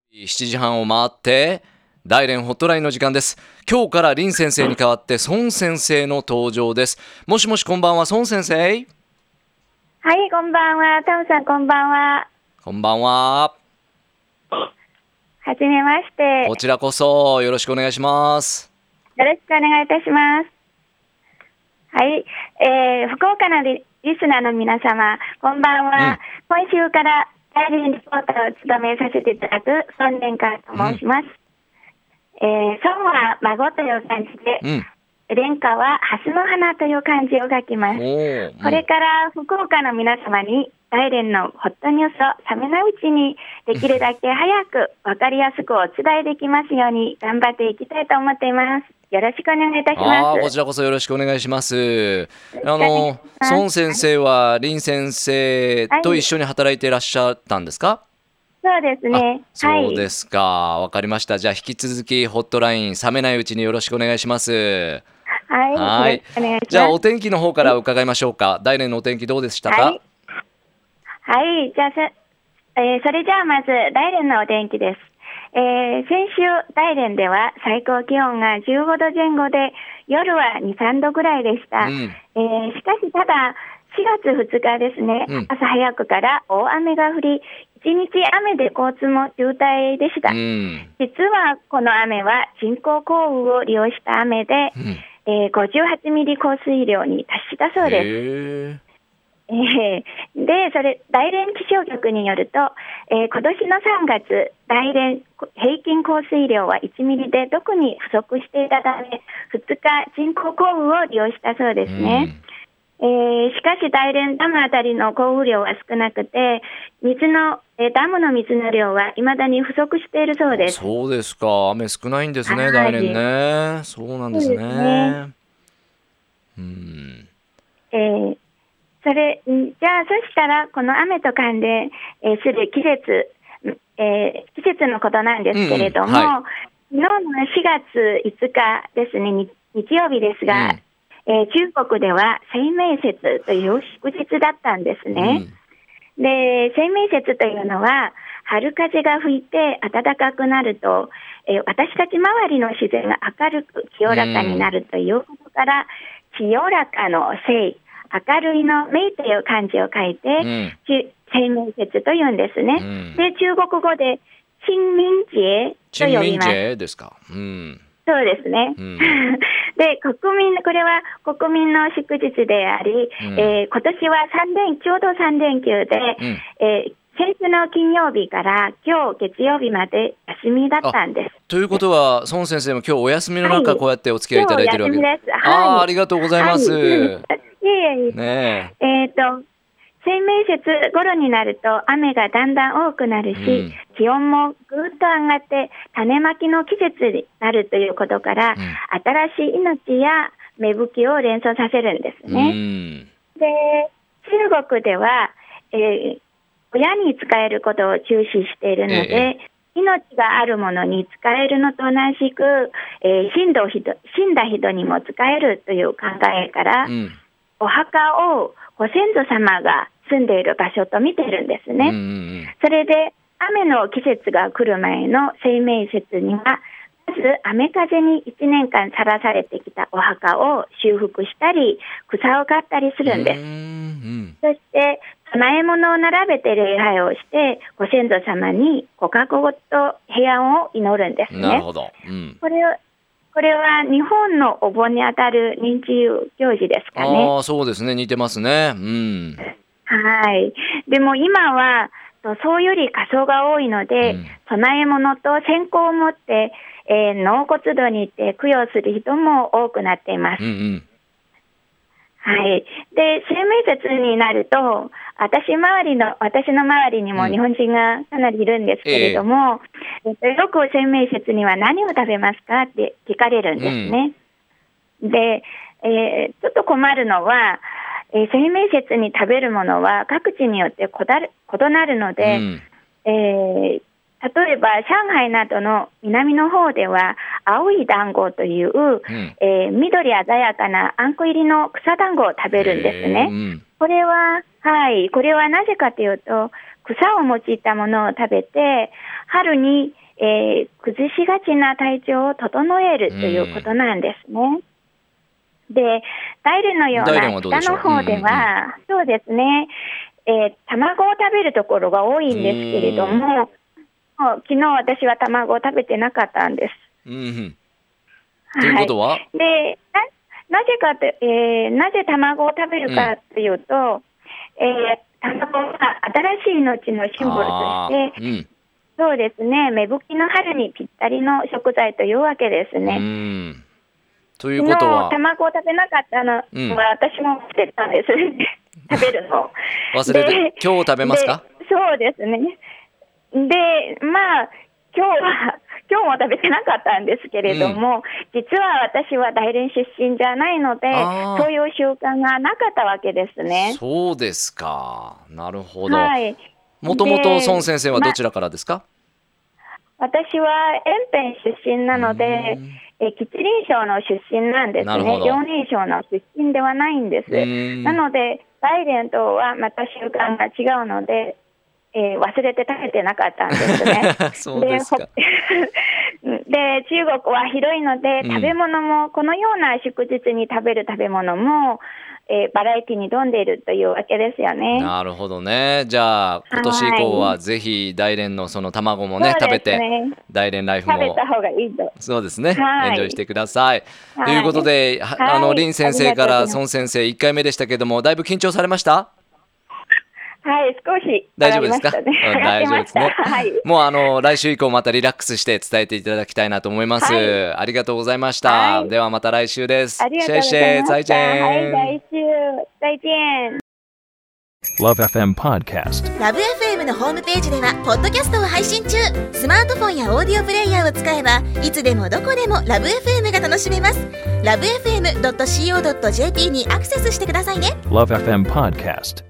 7時半を回って大連ホットラインの時間です。今日から林先生に代わって孫先生の登場です。もしもし、こんばんは、孫先生。 はい、こんばんは。タムさん、こんばんは。 こんばんは。 はじめまして。 こちらこそよろしくお願いします。 よろしくお願いいたします。はい、福岡のリスナーの皆様、こんばんは。今週から大連リポーターを務めさせていただく孫蓮華と申します。孫は孫という漢字で、蓮華は蓮の花という漢字を書きます。これから福岡の皆様に大連のホットニュースを冷めないうちにできるだけ早く分かりやすくお伝えできますように頑張っていきたいと思っています。よろしくお願いいたします。 こちらこそよろしくお願いします。孫先生は林先生と一緒に働いていらっしゃったんですか？ そうですね。 そうですか。わかりました。じゃあ引き続きホットライン冷めないうちによろしくお願いします。 はい。お願いします。 じゃあお天気の方から伺いましょうか。大連のお天気どうでしたか？ はい。じゃあそれじゃあまず大連のお天気です。先週大連では最高気温が15度前後で夜は2、3度ぐらいでした。しかしただ4月2日ですね、朝早くから大雨が降り、1日雨で交通も渋滞でした。実はこの雨は人工降雨を利用した雨で、58ミリ降水量に達したそうです。で、大連気象局によると、今年の3月、大連平均降水量は1ミリで特に不足していたため、2日人工降雨を利用したそうですね。しかし大連ダムあたりの降雨量は少なくて、ダムの水の量は未だに不足しているそうです。 そうですか。雨少ないんですね、大連ね。そうなんですね。 じゃあそしたらこの雨と関連する季節のことなんですけれども、昨日の4月5日ですね、日曜日ですが、中国では清明節という祝日だったんですね。で、清明節というのは春風が吹いて暖かくなると、私たち周りの自然が明るく清らかになるということから、清らかの清、明るいの明という漢字を書いて、清明節というんですね。で、中国語で清明節と呼びます。 清明節ですか。 そうですね。で、これは国民の祝日であり、今年はちょうど3連休で、先週の金曜日から今日月曜日まで休みだったんです。 ということは孫先生も今日お休みの中、こうやってお付き合いいただいているわけです。ありがとうございます。清明節頃になると雨がだんだん多くなるし、気温もぐっと上がって種まきの季節になるということから、新しい命や芽吹きを連想させるんですね。で、中国では、親に仕えることを重視しているので、命があるものに仕えるのと同じく、死んだ人にも仕えるという考えから、お墓をご先祖様が住んでいる場所と見ているんですね。それで雨の季節が来る前の清明節には、まず雨風に1年間さらされてきたお墓を修復したり草を刈ったりするんです。そして供え物を並べて礼拝をしてご先祖様にご加護と平安を祈るんですね。 なるほど。 これは日本のお盆にあたる臨時行事ですかね。 そうですね、似てますね。 はい。でも今はそうより仮装が多いので、供え物と線香を持って、納骨堂に行って供養する人も多くなっています。はい。で、清明節になると、私の周りにも日本人がかなりいるんですけれども、よく清明節には何を食べますかって聞かれるんですね。で、ちょっと困るのは、清明節に食べるものは各地によって異なるので、例えば上海などの南の方では青い団子という、緑鮮やかなあんこ入りの草団子を食べるんですね。これはなぜかというと、 草を用いたものを食べて、春に、崩しがちな体調を整えるということなんですね。で、大連のような北の方では、そうですね、卵を食べるところが多いんですけれども、昨日私は卵を食べてなかったんです。 ということは、 で、なぜ卵を食べるかというと、卵は新しい命のシンボルとして、そうですね、芽吹きの春にぴったりの食材というわけですね。 ということは、 卵を食べなかったのは、私も忘れたんです食べるの忘れて、今日食べますか？ そうですね。で、まあ今日も食べてなかったんですけれども、実は私は大連出身じゃないので、そういう習慣がなかったわけですね。 そうですか。なるほど。もともと孫先生はどちらからですか？ 私は延辺出身なので、吉林省の出身なんですね。遼寧省の出身ではないんです。なので大連とはまた習慣が違うので、忘れて食べてなかったんですね。 そうですか。 で、中国は広いので、食べ物もこのような祝日に食べる食べ物も、バラエティに富んでいるというわけですよね。 なるほどね。じゃあ今年以降はぜひ大連のその卵もね、食べて大連ライフも食べた方がいいと。 そうですね、エンジョイしてください。ということで、林先生から孫先生1回目でしたけども、だいぶ緊張されました？ はい、少し大丈夫ですか？大丈夫ですね。もう来週以降またリラックスして伝えていただきたいなと思います。ありがとうございました。ではまた来週です。 ありがとうございました。 再见。 来週再见。 Love FM Podcast。Love FM のホームページではポッドキャストを配信中。スマートフォンやオーディオプレイヤーを使えばいつでもどこでも Love FM が楽しめます。LoveFM.co.jp にアクセスしてくださいね。 Love FM Podcast。